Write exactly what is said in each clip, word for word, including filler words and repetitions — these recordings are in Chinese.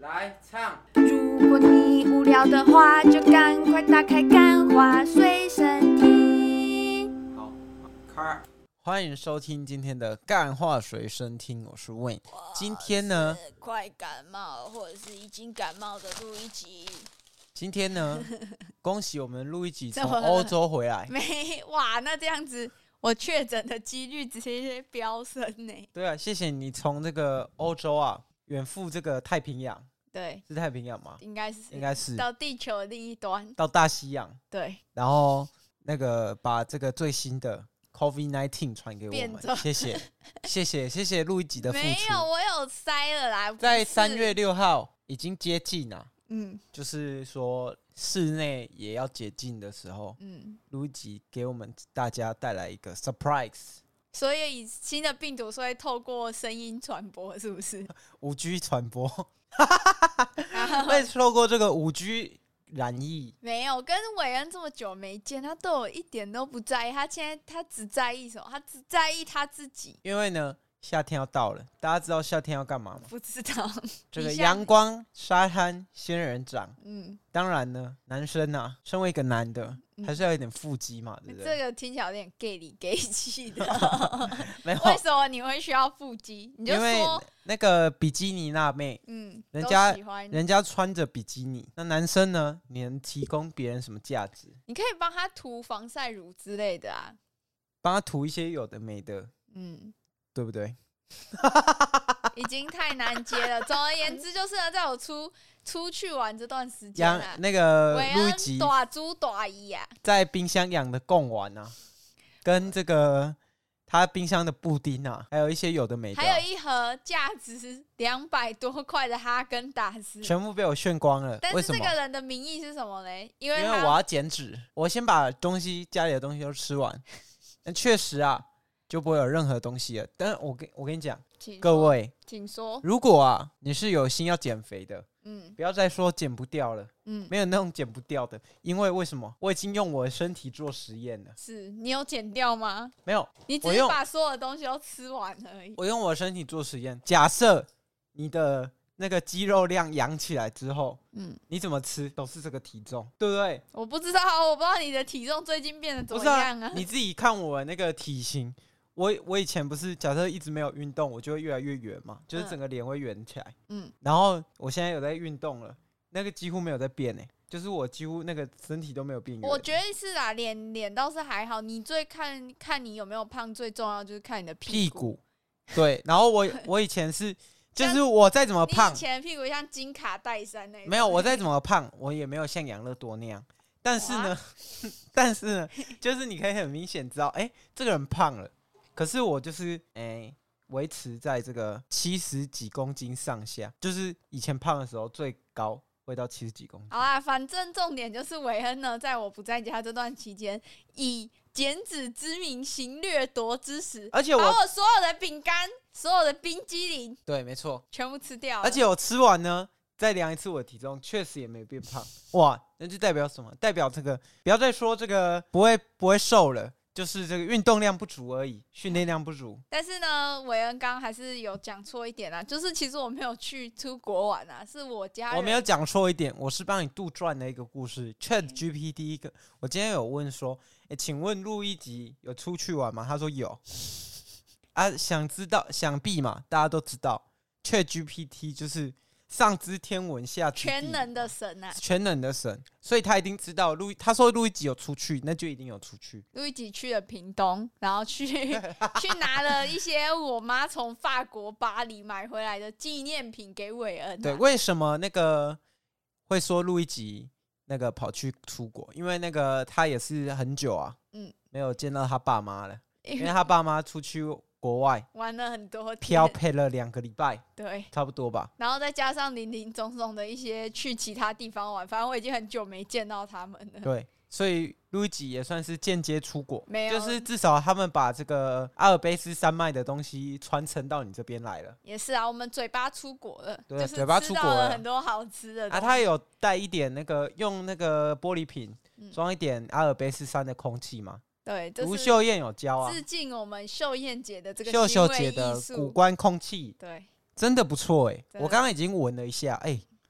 来唱。 如果你无聊的话，就赶快打开干话随身听。 好，开。欢迎收听今天的干话随身听，我是 Wayne。今天呢， 快感冒或者是已经感冒的录一集。 今天呢，恭喜我们录一集从欧洲回来。 没哇，那这样子我确诊的几率直接飙升呢。 对啊，谢谢你从这个欧洲啊远赴这个太平洋。 对， 是太平洋吗？ 应该是， 应该是到地球的另一端， 到大西洋。 对， 然后那个把这个最新的 COVID 十九 传给我们，谢谢，谢谢，谢谢录一集的付出。 没有，我有塞了啦。 在三月六号已经接近了， 嗯， 就是说室内也要解禁的时候，嗯，录一集给我们大家带来一个 surprise。 所以新的病毒是会透过声音传播，是不是？ 五 G 传播。会透过这个五 G 染疫。 没有，跟韦恩这么久没见，他对我一点都不在意。他现在他只在意什么？他只在意他自己。 因为呢，夏天要到了，大家知道夏天要干嘛吗？ 不知道。 这个阳光、沙滩、仙人掌。嗯，当然呢，男生啊，身为一个男的，嗯、还是要有点腹肌嘛，对不对？ 这个听起来有点 gay 里 gay 气的。 没有。 为什么你会需要腹肌？你就说。 因为那个比基尼辣妹，嗯，人家人家穿着比基尼，那男生呢？你能提供别人什么价值？ 你可以帮他涂防晒乳之类的啊， 帮他涂一些有的没的，嗯，对不对？ 已经太难接了。总而言之，就是在我出出去玩这段时间啊， 那个录一集大猪大姨啊， 在冰箱养的贡丸啊，跟这个。他冰箱的布丁啊，还有一些有的没的、啊， 还有一盒价值两百多块的哈根达斯， 全部被我炫光了。 但是这个人的名义是什么呢？因为因为我要减脂，我先把东西家里的东西都吃完，但确实啊，就不会有任何东西了。但是我跟我跟你讲，各位， 请说， 如果啊你是有心要减肥的。嗯，不要再说减不掉了，嗯，没有那种减不掉的，因为为什么？我已经用我的身体做实验了。 是你有减掉吗？ 没有， 你只是把所有的东西都吃完而已。 我用我的身体做实验，假设你的那个肌肉量养起来之后，嗯，你怎么吃都是这个体重，对不对？ 我不知道，我不知道你的体重最近变得怎么样啊？ 啊你自己看我的那个体型。我我以前不是假设一直没有运动，我就会越来越圆嘛，就是整个脸会圆起来。嗯，然后我现在有在运动了，那个几乎没有在变诶、欸，就是我几乎那个身体都没有变圆。 我觉得是啦，脸脸倒是还好。你最看看你有没有胖，最重要就是看你的屁股。 屁股对，然后我我以前是，就是我再怎么胖， 你以前屁股像金卡戴珊那种。 没有，我再怎么胖，我也没有像养乐多那样。但是呢，但是呢，就是你可以很明显知道，哎、欸，这个人胖了。可是我就是诶，维、欸、持在这个七十几公斤上下，就是以前胖的时候最高会到七十几公斤。 好啦，反正重点就是韦恩呢，在我不在家这段期间，以减脂之名行掠夺之实， 而且我把我所有的饼干、所有的冰激凌， 对，没错， 全部吃掉了。 而且我吃完呢，再量一次我的体重，确实也没变胖。哇，那就代表什么？代表这个不要再说这个不会不会瘦了。就是这个运动量不足而已，训练量不足。 但是呢，韦恩刚还是有讲错一点啦，就是其实我没有去出国玩啊，是我家人。 我没有讲错一点，我是帮你杜撰的一个故事。Chat G P T 一个，我今天有问说，欸、请问录一集有出去玩吗？他说有。啊，想知道，想必嘛，大家都知道 ，Chat G P T 就是上知天文下知地全能的神啊， 全能的神，所以他一定知道录。他说录一集有出去，那就一定有出去。 录一集去了屏东，然后去去拿了一些我妈从法国巴黎买回来的纪念品给韦恩、啊。 对，为什么那个会说录一集那个跑去出国？因为那个他也是很久啊，嗯，没有见到他爸妈了，因为他爸妈出去。国外玩了很多天， 漂配了两个礼拜， 对， 差不多吧。 然后再加上林林总总的一些去其他地方玩，反正我已经很久没见到他们了。 对，所以路易吉也算是间接出国， 没有， 就是至少他们把这个阿尔卑斯山脉的东西传承到你这边来了。 也是啊，我们嘴巴出国了， 对， 就是嘴巴出国了， 很多好吃的。 啊，他有带一点那个用那个玻璃瓶装一点阿尔卑斯山的空气嘛。 对， 卢秀燕有教啊， 致敬我们秀燕姐的这个秀秀姐的古关空气， 对， 真的不错哎、欸。我刚刚已经闻了一下，哎、欸，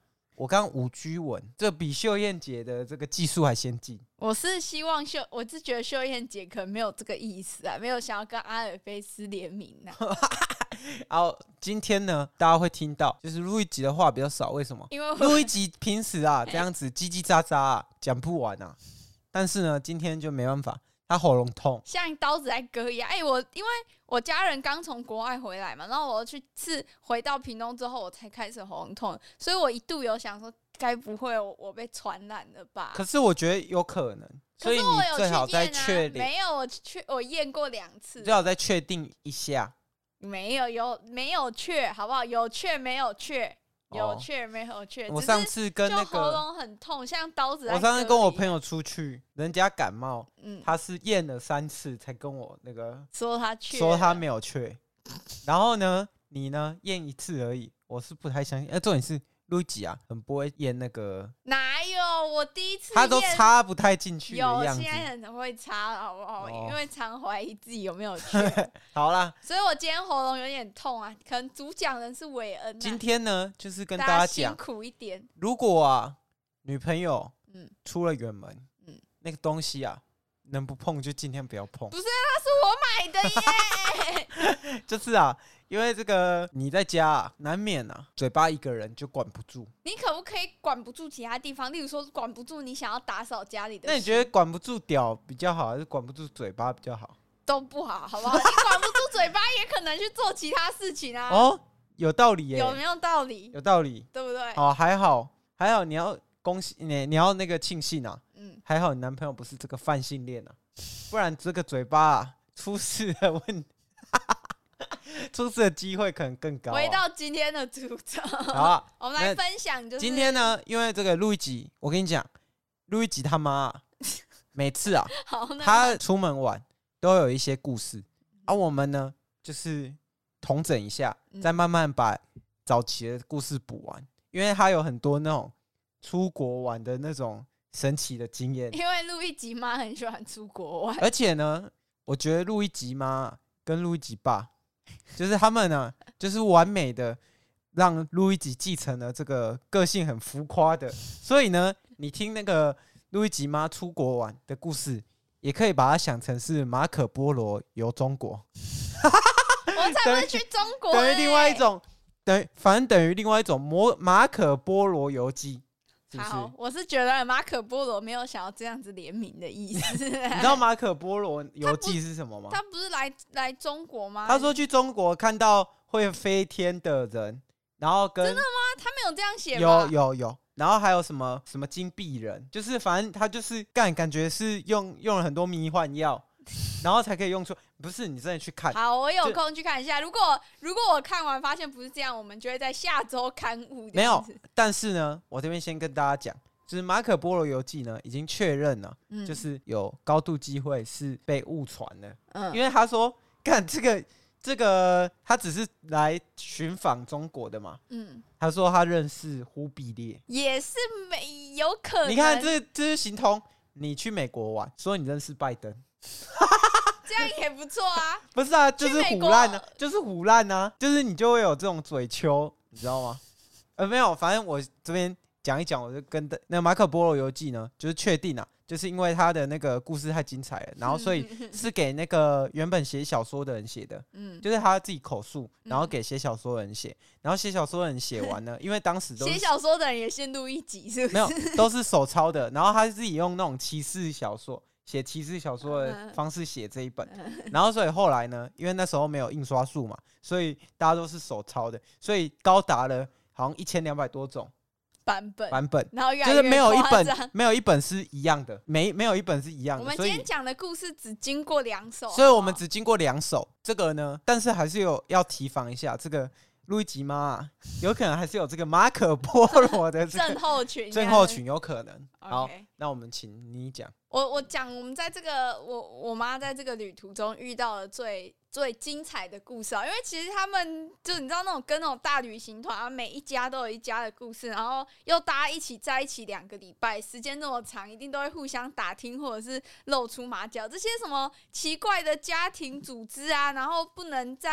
我刚刚五 G 文，这比秀燕姐的这个技术还先进。 我是希望秀，我是觉得秀燕姐可能没有这个意思啊，没有想要跟阿尔卑斯联名啊。 然后今天呢，大家会听到就是路易吉的话比较少，为什么？ 因为路易吉平时啊这样子叽叽喳喳啊讲不完啊，但是呢今天就没办法。他喉咙痛， 像刀子在割一样。哎、欸，我因为我家人刚从国外回来嘛，然后我去次回到屏东之后，我才开始喉咙痛，所以我一度有想说，该不会我被传染了吧？ 可是我觉得有可能，所以你最好再确定。 啊、没有，我确我验过两次， 最好再确定一下。 没有，有没有确好不好？有确没有确。有确没有确？ 我上次跟那个喉咙很痛，像刀子在割。 我上次跟我朋友出去，人家感冒， 嗯， 他是验了三次才跟我那个说他确， 说他没有确。然后呢，你呢验一次而已，我是不太相信。哎、呃，重点是路易吉啊，很不会验那个。 哪有？我第一次他都插不太进去的样子。 有，现在很会插，好不好？哦、因为常怀疑自己有没有去。 好啦， 所以我今天喉咙有点痛啊，可能主讲人是韦恩、啊。 今天呢，就是跟大家讲， 辛苦一点。 如果啊，女朋友嗯出了远门， 嗯， 那个东西啊，能不碰就尽量不要碰。 不是，那是我买的耶。 就是啊。因为这个你在家啊，难免啊，嘴巴一个人就管不住。 你可不可以管不住其他地方？例如说，管不住你想要打扫家里的。 那你觉得管不住屌比较好，还是管不住嘴巴比较好？ 都不好，好不好？你管不住嘴巴，也可能去做其他事情啊。 哦，有道理耶。 有没有道理？ 有道理， 对不对？ 哦，还好，还好，你要恭喜你，你要那个庆幸啊。 嗯， 还好你男朋友不是这个泛性恋啊，不然这个嘴巴啊出事的问题。出事的机会可能更高、啊。 回到今天的主轴， 好、啊， 我们来分享就是今天呢，因为这个路易吉，我跟你讲，路易吉他妈、啊、每次啊，他出门玩都有一些故事，而、啊、我们呢就是统整一下，再慢慢把早期的故事补完，因为他有很多那种出国玩的那种神奇的经验。 因为路易吉妈很喜欢出国玩， 而且呢，我觉得路易吉妈跟路易吉爸。就是他们呢，就是完美的让路易吉继承了这个个性很浮夸的，所以呢，你听那个路易吉妈出国玩的故事，也可以把它想成是马可波罗游中国。 我才不会去中国、欸， 等于另外一种，等于反正等于另外一种摩马可波罗游记。是不是好，我是觉得马可波罗没有想要这样子联名的意思。你知道马可波罗游记是什么吗？ 他不是来来中国吗？ 他说去中国看到会飞天的人，然后跟真的吗？他没有这样写吗？ 有有有，然后还有什么什么金币人，就是反正他就是干，感觉是用用了很多迷幻药，然后才可以用出。不是你真的去看？ 好，我有空去看一下。如果如果我看完发现不是这样，我们就会在下周刊物。 没有，但是呢，我这边先跟大家讲，就是马可波罗游记呢已经确认了、嗯，就是有高度机会是被误传的。嗯，因为他说，干这个这个他只是来寻访中国的嘛。嗯，他说他认识忽必烈， 也是没有可能。 你看这这是形同你去美国玩，说你认识拜登。 这样也不错啊， 不是啊，就是唬烂啊，就是唬烂啊，就是你就会有这种嘴丘，你知道吗？呃，没有，反正我这边讲一讲，我就跟那个马可波罗游记呢，就是确定啊，就是因为他的那个故事太精彩了，然后所以是给那个原本写小说的人写的，嗯，就是他自己口述，然后给写小说的人写，然后写小说的人写完呢，因为当时都写小说的人也先录一集，是不是？ 没有，都是手抄的，然后他自己用那种骑士小说。写骑士小说的方式写这一本，然后所以后来呢，因为那时候没有印刷术嘛，所以大家都是手抄的，所以高达了好像一千两百多种版本版本， 然后越来越就是没有一本没有一本是一样的，没没有一本是一样的。 我们今天讲的故事只经过两首， 所以我们只经过两首。这个呢，但是还是有要提防一下这个。路易吉妈、啊、有可能还是有这个马可波罗的、這個、 症候群， 症候群有可能。好， okay. 那我们请你讲。 我我讲，我们在这个我我妈在这个旅途中遇到了最最精彩的故事啊，因为其实他们就你知道那种跟那种大旅行团啊，每一家都有一家的故事，然后又大家一起在一起两个礼拜，时间那么长，一定都会互相打听或者是露出马脚，这些什么奇怪的家庭组织啊，然后不能在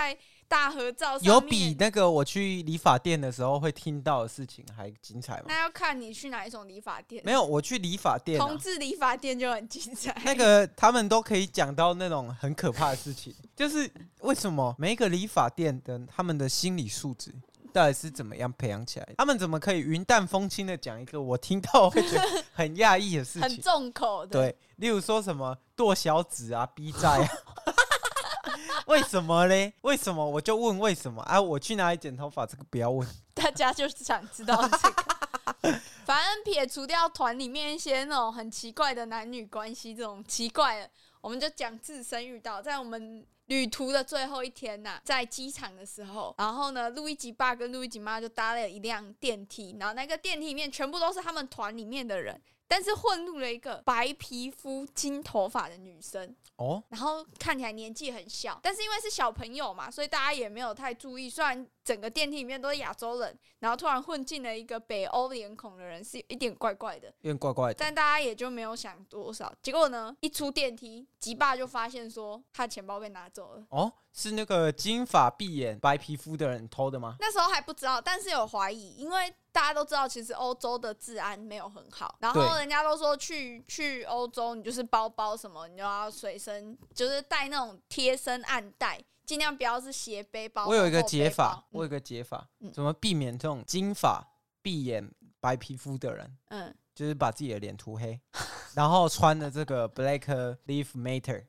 大合照上面有比那个我去理发店的时候会听到的事情还精彩吗？ 那要看你去哪一种理发店。 没有，我去理发店、啊， 同志理发店就很精彩。 那个他们都可以讲到那种很可怕的事情，就是为什么每一个理发店的他们的心理素质到底是怎么样培养起来的？他们怎么可以云淡风轻的讲一个我听到会觉得很讶异的事情？ 很重口的。 对，例如说什么剁小指啊、逼债啊。为什么嘞？为什么？我就问为什么啊？我去哪里剪头发？这个不要问。 大家就是想知道这个。反正撇除掉团里面一些那种很奇怪的男女关系，这种奇怪的，我们就讲自身遇到，在我们旅途的最后一天呐、啊，在机场的时候，然后呢，路易吉爸跟路易吉妈就搭了一辆电梯，然后那个电梯里面全部都是他们团里面的人。但是混入了一个白皮肤、金头发的女生哦，然后看起来年纪很小，但是因为是小朋友嘛，所以大家也没有太注意。虽然整个电梯里面都是亚洲人，然后突然混进了一个北欧脸孔的人，是一点怪怪的， 有点怪怪的。 但大家也就没有想多少。结果呢，一出电梯，吉爸就发现说他钱包被拿走了。 哦，是那个金发碧眼、白皮肤的人偷的吗？ 那时候还不知道，但是有怀疑，因为大家都知道，其实欧洲的治安没有很好。然后人家都说去去欧洲，你就是包包什么，你就要随身，就是带那种贴身暗袋，尽量不要是斜背包。 我有一个解法，我有一个解法， 嗯、 怎么避免这种金发碧眼、白皮肤的人？嗯，就是把自己的脸涂黑，然后穿的这个 Black Lives Matter。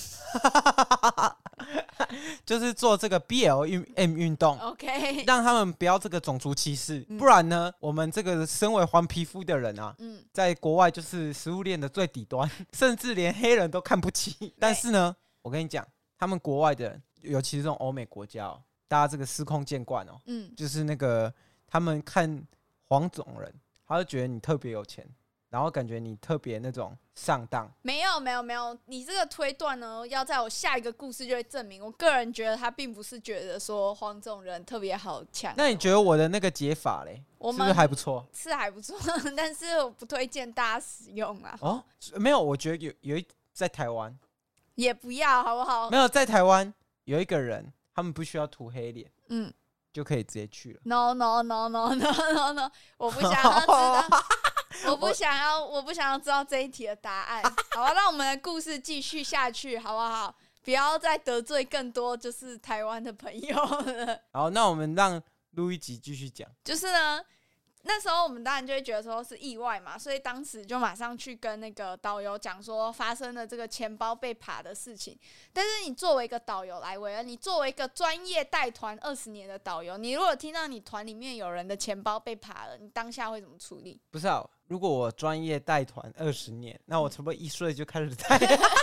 就是做这个 B L M 运动 ，OK， 让他们不要这个种族歧视，嗯、不然呢，我们这个身为黄皮肤的人啊，嗯、在国外就是食物链的最底端，甚至连黑人都看不起。但是呢，我跟你讲，他们国外的人，尤其是这种欧美国家哦，大家这个司空见惯哦，嗯、就是那个他们看黄种人，他就觉得你特别有钱。然后感觉你特别那种上当， 没有没有没有，你这个推断呢，要在我下一个故事就会证明。我个人觉得他并不是觉得说黄种人特别好抢。 那你觉得我的那个解法嘞，是不是还不错？ 是还不错，但是我不推荐大家使用啊。 哦，没有，我觉得有有一在台湾也不要好不好？ 没有，在台湾有一个人，他们不需要涂黑脸，嗯，就可以直接去了。 No no no no no no no， 我不想要知道。我不想要，我不想要知道这一题的答案。好吧，让我们的故事继续下去，好不好？不要再得罪更多就是台湾的朋友了。 好，那我们让路易吉继续讲。 就是呢，那时候我们当然就会觉得说是意外嘛，所以当时就马上去跟那个导游讲说发生了这个钱包被扒的事情。但是你作为一个导游来，维恩，你作为一个专业带团二十年的导游，你如果听到你团里面有人的钱包被扒了，你当下会怎么处理？ 不是啊。如果我专业带团二十年，那我差不多一岁就开始带。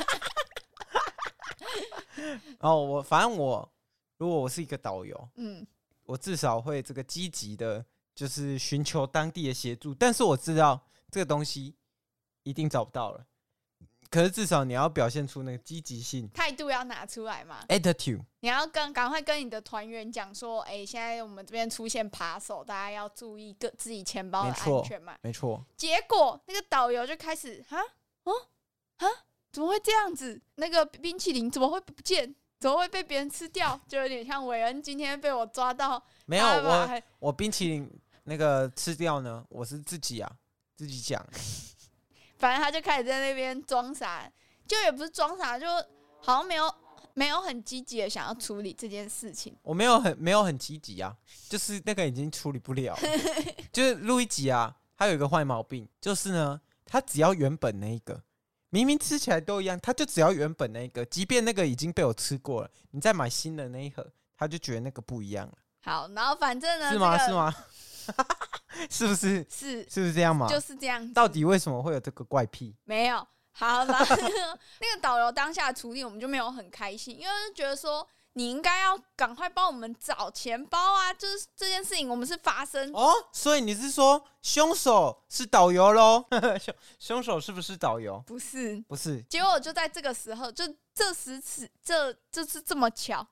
然后我反正我，如果我是一个导游，嗯，我至少会这个积极的，就是寻求当地的协助。但是我知道这个东西一定找不到了，可是至少你要表现出那个积极性， 态度要拿出来嘛 ，attitude。 你要跟赶快跟你的团员讲说，哎、欸，现在我们这边出现扒手，大家要注意个自己钱包的安全嘛。 没错。 结果那个导游就开始，哈，哦，哈，怎么会这样子？那个冰淇淋怎么会不见？怎么会被别人吃掉？就有点像韦恩今天被我抓到。 没有，我我冰淇淋那个吃掉呢，我是自己啊，自己讲。 反正他就开始在那边装傻，就也不是装傻，就好像没有。没有很积极的想要处理这件事情， 我没有很没有很积极啊，就是那个已经处理不了了。就是路易吉啊，他有一个坏毛病，就是呢，他只要原本那一个，明明吃起来都一样，他就只要原本那一个，即便那个已经被我吃过了，你再买新的那一盒，他就觉得那个不一样了。 好，然后反正呢， 是吗？ 这个、 是吗？是不是？ 是是不是这样吗？ 就是这样。 到底为什么会有这个怪癖？ 没有。好了，那个导游当下的处理我们就没有很开心，因为就觉得说你应该要赶快帮我们找钱包啊，就是这件事情我们是发生哦，所以你是说凶手是导游咯？凶凶手是不是导游？ 不是， 不是。 结果就在这个时候，就这时此这这是这么巧，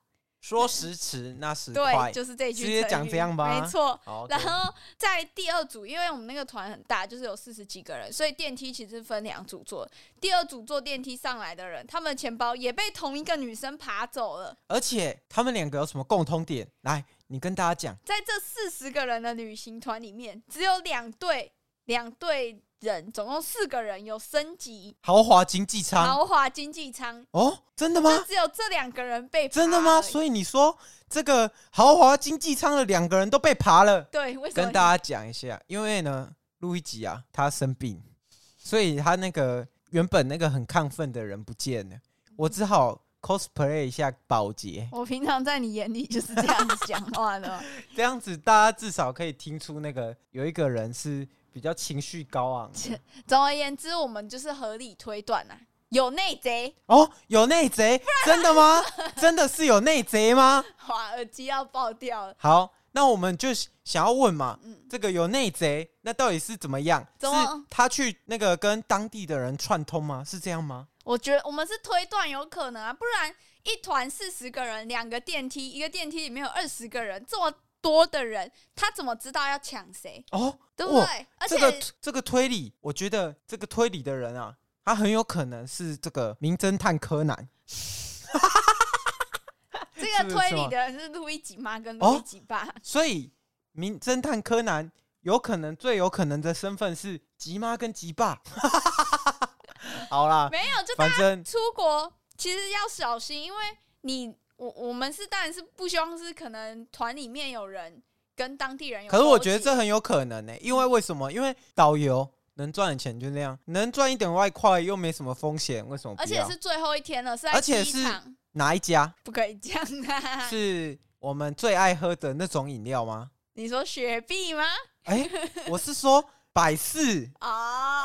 说时迟那时对， 快， 就是这句直接讲这样吧。 没错。 好， 然后在第二组，因为我们那个团很大，就是有四十几个人，所以电梯其实分两组坐。第二组坐电梯上来的人，他们的钱包也被同一个女生爬走了。 而且他们两个有什么共通点？来，你跟大家讲。 在这四十个人的旅行团里面，只有两队两队人，总共四个人有升级豪华经济舱。 豪华经济舱哦，真的吗？ 就只有这两个人被爬真的吗？所以你说这个豪华经济舱的两个人都被爬了？ 对，为什么？ 跟大家讲一下，因为呢，路易吉啊，他生病，所以他那个原本那个很亢奋的人不见了，我只好 cosplay 一下宝洁。 我平常在你眼里就是这样子讲话的， 这样子大家至少可以听出那个有一个人是比较情绪高昂的。 总而言之，我们就是合理推断啊，有内贼哦，有内贼，真的吗？真的是有内贼吗？ 哇，耳机要爆掉了。 好，那我们就想要问嘛， 嗯、 这个有内贼，那到底是怎么样？ 怎么是他去那个跟当地的人串通吗？是这样吗？ 我觉得我们是推断有可能啊，不然一团四十个人，两个电梯，一个电梯里面有二十个人，这么多的人，他怎么知道要抢谁？ 哦， 对不对？而且、 这个这个推理，我觉得这个推理的人啊，他很有可能是这个名侦探柯南。 这个推理的人是路易吉妈跟路易吉爸， 哦、所以名侦探柯南有可能最有可能的身份是吉妈跟吉爸。好啦， 没有，就大家出国其实要小心，因为你我我们是当然是不希望是可能团里面有人跟当地人有， 可是我觉得这很有可能呢、欸，因为为什么？因为导游能赚的钱就那样，能赚一点外快又没什么风险，为什么不要？ 而且是最后一天了，是在而且是哪一家？ 不可以讲啊！ 是我们最爱喝的那种饮料吗？ 你说雪碧吗？ 哎、欸，我是说百事哦。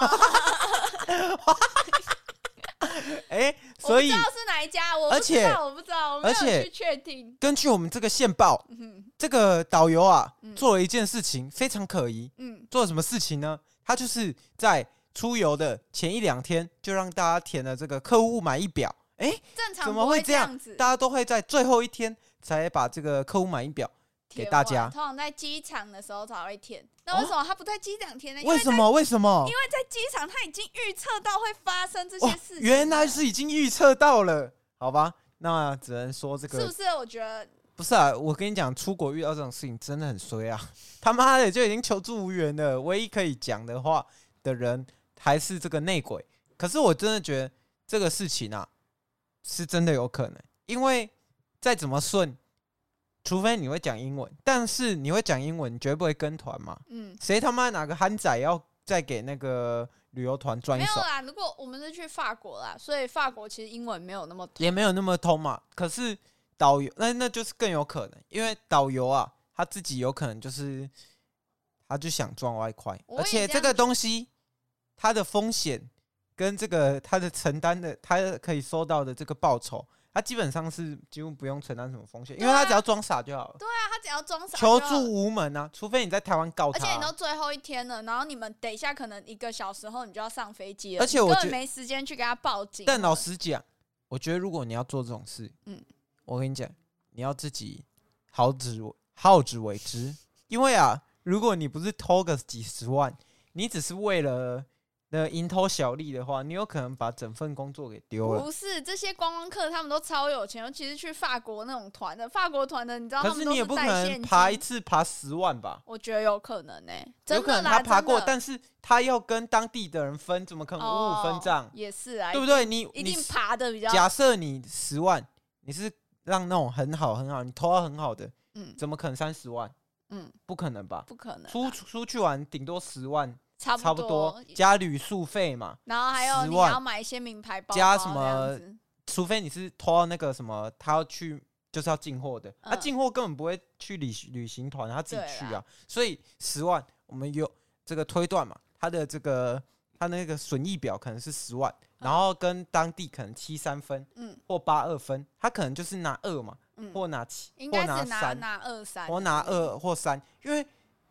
哎、欸，所以我不知道是哪一家，我不知道，我不知道，我没有去确定。 根据我们这个线报， 嗯、 这个导游啊、 嗯， 做了一件事情非常可疑。嗯，做了什么事情呢？他就是在出游的前一两天就让大家填了这个客户满意表。哎、欸， 正常怎么会这样子？ 大家都会在最后一天才把这个客户满意表给大家。 通常在机场的时候才会填。那为什么他不在机场填呢？ 为什么？为什么？ 因为在机场他已经预测到会发生这些事情、哦。 原来是已经预测到了，好吧？那只能说这个是不是？我觉得不是啊。我跟你讲，出国遇到这种事情真的很衰啊！他妈的就已经求助无援了，唯一可以讲的话的人还是这个内鬼。可是我真的觉得这个事情啊，是真的有可能，因为再怎么顺。除非你会讲英文，但是你会讲英文，你绝对不会跟团嘛。嗯，谁他妈哪个憨仔要再给那个旅游团赚一手？ 没有啦，如果我们是去法国啦，所以法国其实英文没有那么通， 也没有那么通嘛。可是导游那那就是更有可能，因为导游啊，他自己有可能就是他就想赚外快，而且这个东西他的风险跟这个他的承担的，他可以收到的这个报酬。他基本上是几乎不用承担什么风险，因为他只要装傻就好了。 对啊，他只要装傻， 求助无门啊！除非你在台湾告他、啊， 而且你都最后一天了，然后你们等一下可能一个小时后你就要上飞机了， 而且我根本没时间去给他报警。 但老实讲，我觉得如果你要做这种事，嗯，我跟你讲，你要自己好自好自为之，因为啊，如果你不是偷个几十万，你只是为了。那蝇头小利的话，你有可能把整份工作给丢了。 不是，这些观光客他们都超有钱，尤其是去法国那种团的，法国团的，你知道他们都是带现金。可是你也不可能爬一次爬十万吧？ 我觉得有可能呢、欸， 有可能他爬过，但是他要跟当地的人分，怎么可能五五分账、哦？ 也是啊， 对不对？你一定爬的比较。 假设你十万，你是让那种很好很好，你投到很好的，嗯，怎么可能三十万？嗯，不可能吧？ 不可能。 出出去玩顶多十万。 差不多, 差不多加旅宿费嘛， 然后还有你要买一些名牌包包， 加什么？除非你是偷到那个什么，他要去就是要进货的，他进货根本不会去旅旅行团，他自己去啊。所以十万，我们有这个推断嘛，他的这个他那个损益表可能是十万，然后跟当地可能七三分，嗯，或八二分，他可能就是拿二嘛，嗯、或拿七， 应该是拿三， 拿二三， 或拿二或三，因为。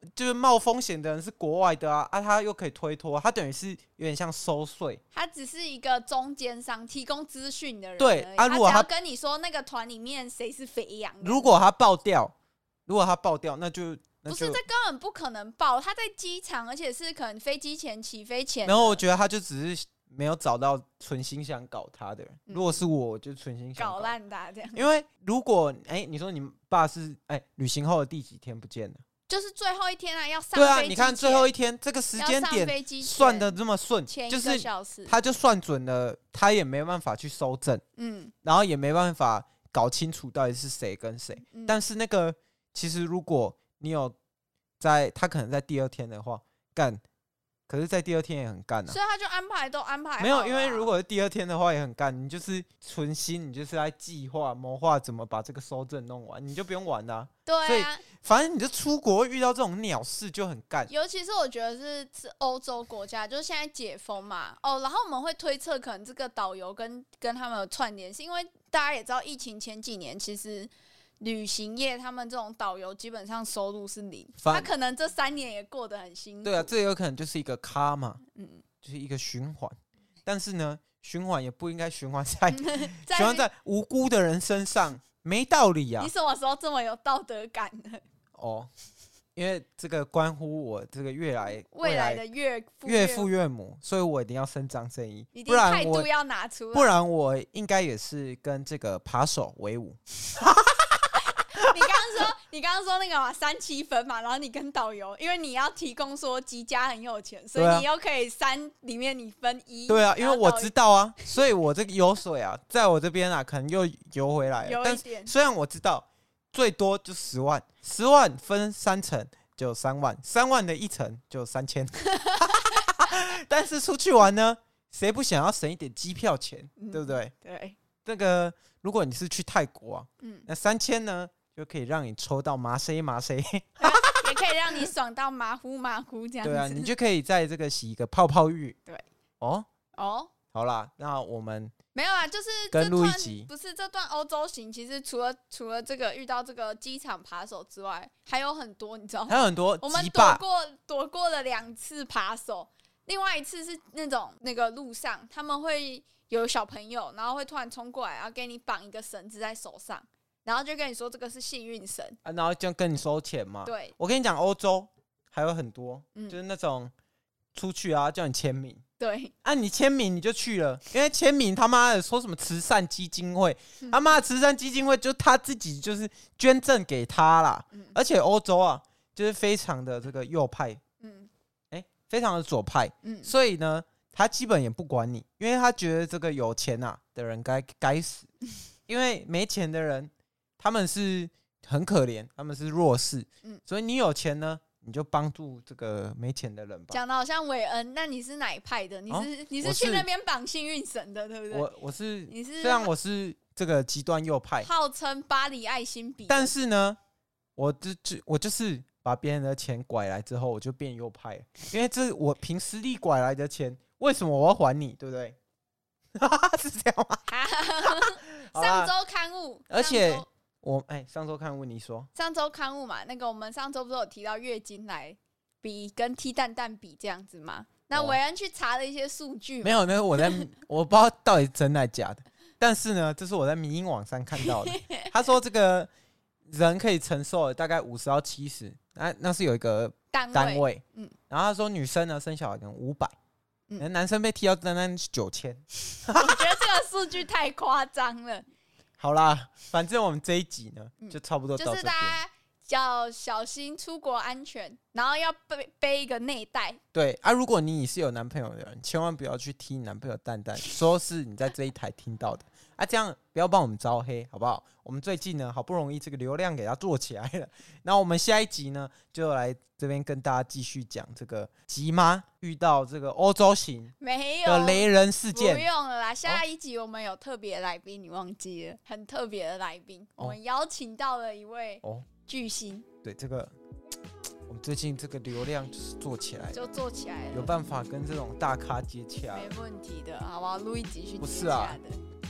就是冒风险的人是国外的啊，啊，他又可以推脱，他等于是有点像收税。 他只是一个中间商，提供资讯的人而已。 对啊，如果他他只要跟你说那个团里面谁是肥羊， 如果他爆掉，如果他爆掉，那就那就不是，这根本不可能爆。他在机场，而且是可能飞机前起飞前。 然后我觉得他就只是没有找到存心想搞他的人。 嗯、 如果是我，我就存心想搞烂他这样。 因为如果哎、欸，你说你爸是哎、欸、旅行后的第几天不见了？ 就是最后一天啊，要上飞机。 对啊，你看最后一天这个时间点算的这么顺，就是他就算准了，他也没办法去搜证，嗯，然后也没办法搞清楚到底是谁跟谁、嗯。但是那个其实如果你有在，他可能在第二天的话干，可是在第二天也很干啊， 所以他就安排都安排好了、啊、 没有，因为如果是第二天的话也很干，你就是存心，你就是在计划谋划怎么把这个搜证弄完，你就不用玩啦、啊。 对啊， 所以反正你就出国遇到这种鸟事就很干。 尤其是我觉得是是欧洲国家，就是现在解封嘛，哦，然后我们会推测可能这个导游跟跟他们有串联，是因为大家也知道疫情前几年其实。旅行业他们这种导游基本上收入是零，他可能这三年也过得很辛苦。 对啊，这有可能就是一个卡嘛，嗯，就是一个循环。但是呢，循环也不应该循环在循环在无辜的人身上，没道理啊！ 你什么时候这么有道德感呢？ 哦，因为这个关乎我这个未来未来的岳父岳父岳母，所以我一定要伸张正义， 一定态度要拿出来， 不然我应该也是跟这个扒手为伍。 你刚刚说，你刚刚说那个嘛，三七分嘛，然后你跟导游，因为你要提供说吉家很有钱，所以你又可以三里面你分一。 对啊，因为我知道啊，所以我这个油水啊，在我这边啊，可能又游回来了。 有一点。 但虽然我知道最多就十万，十万分三成就三万，三万的一成就三千。但是出去玩呢，谁不想要省一点机票钱，嗯、对不对？ 对。 这个如果你是去泰国啊，嗯、那三千呢？就可以让你抽到麻塞麻塞， 也可以让你爽到马虎马虎这样子。 对啊，你就可以在这个洗一个泡泡浴。 对， 哦哦， 好啦，那我们没有啊，就是跟录一集， 不是这段欧洲行，其实除了除了这个遇到这个机场扒手之外，还有很多，你知道吗？ 还有很多， 我们躲过躲过了两次扒手，另外一次是那种那个路上他们会有小朋友，然后会突然冲过来，然后给你绑一个绳子在手上。然后就跟你说这个是幸运绳、 啊，然后就跟你收钱嘛。 对， 我跟你讲，欧洲还有很多、嗯，就是那种出去啊，叫你签名。 对， 啊，你签名你就去了，因为签名他妈的说什么慈善基金会，嗯、他妈的慈善基金会就他自己就是捐赠给他啦。嗯、而且欧洲啊，就是非常的这个右派，嗯，哎、欸，非常的左派，嗯，所以呢，他基本也不管你，因为他觉得这个有钱啊的人该该死，因为没钱的人。他们是很可怜，他们是弱势、嗯，所以你有钱呢，你就帮助这个没钱的人吧。 讲的好像韦恩，那你是哪一派的？你是、哦、你是去那边绑幸运绳的，对不对？ 我我是， 你是虽然我是这个极端右派， 号称巴黎爱心笔， 但是呢，我就就我就是把别人的钱拐来之后，我就变右派了，因为这是我凭实力拐来的钱，为什么我要还你？对不对？是这样吗？ 上周刊物， 而且。我哎、欸，上周刊物你说， 上周刊物嘛，那个我们上周不是有提到月经来比跟 T 蛋蛋比这样子吗？那韦恩去查了一些数据， 没有，那我在我不知道到底真的假的，但是呢，这是我在迷因网上看到的。他说这个人可以承受的大概五十到七十，那那是有一个单位，单位嗯，然后他说女生呢生小孩可能五百，嗯，男生被踢到单单九千， 我觉得这个数据太夸张了。 好啦，反正我们这一集呢，嗯、就差不多到这边。 就是大家要小心出国安全，然后要背背一个内袋。 对啊，如果你是有男朋友的人，千万不要去踢男朋友蛋蛋，说是你在这一台听到的啊，这样不要帮我们招黑，好不好？我们最近呢，好不容易这个流量给它做起来了，那我们下一集呢，就来这边跟大家继续讲这个吉妈遇到这个欧洲行没有的雷人事件， 不用了啦。下一集我们有特别来宾，你忘记了？很特别的来宾，我们邀请到了一位巨星。 对这个。我们最近这个流量就是做起来， 就做起来了， 有办法跟这种大咖接洽， 没问题的，好不好？录一集去接洽的。 不是啊，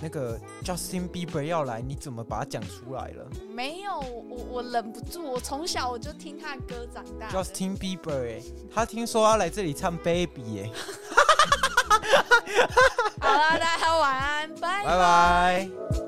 那个 Justin Bieber 要来，你怎么把它讲出来了？ 没有，我我忍不住，我从小我就听他的歌长大的。 Justin Bieber 哎、欸，他听说要来这里唱 Baby 哎、欸。 好了，大家晚安，拜拜拜。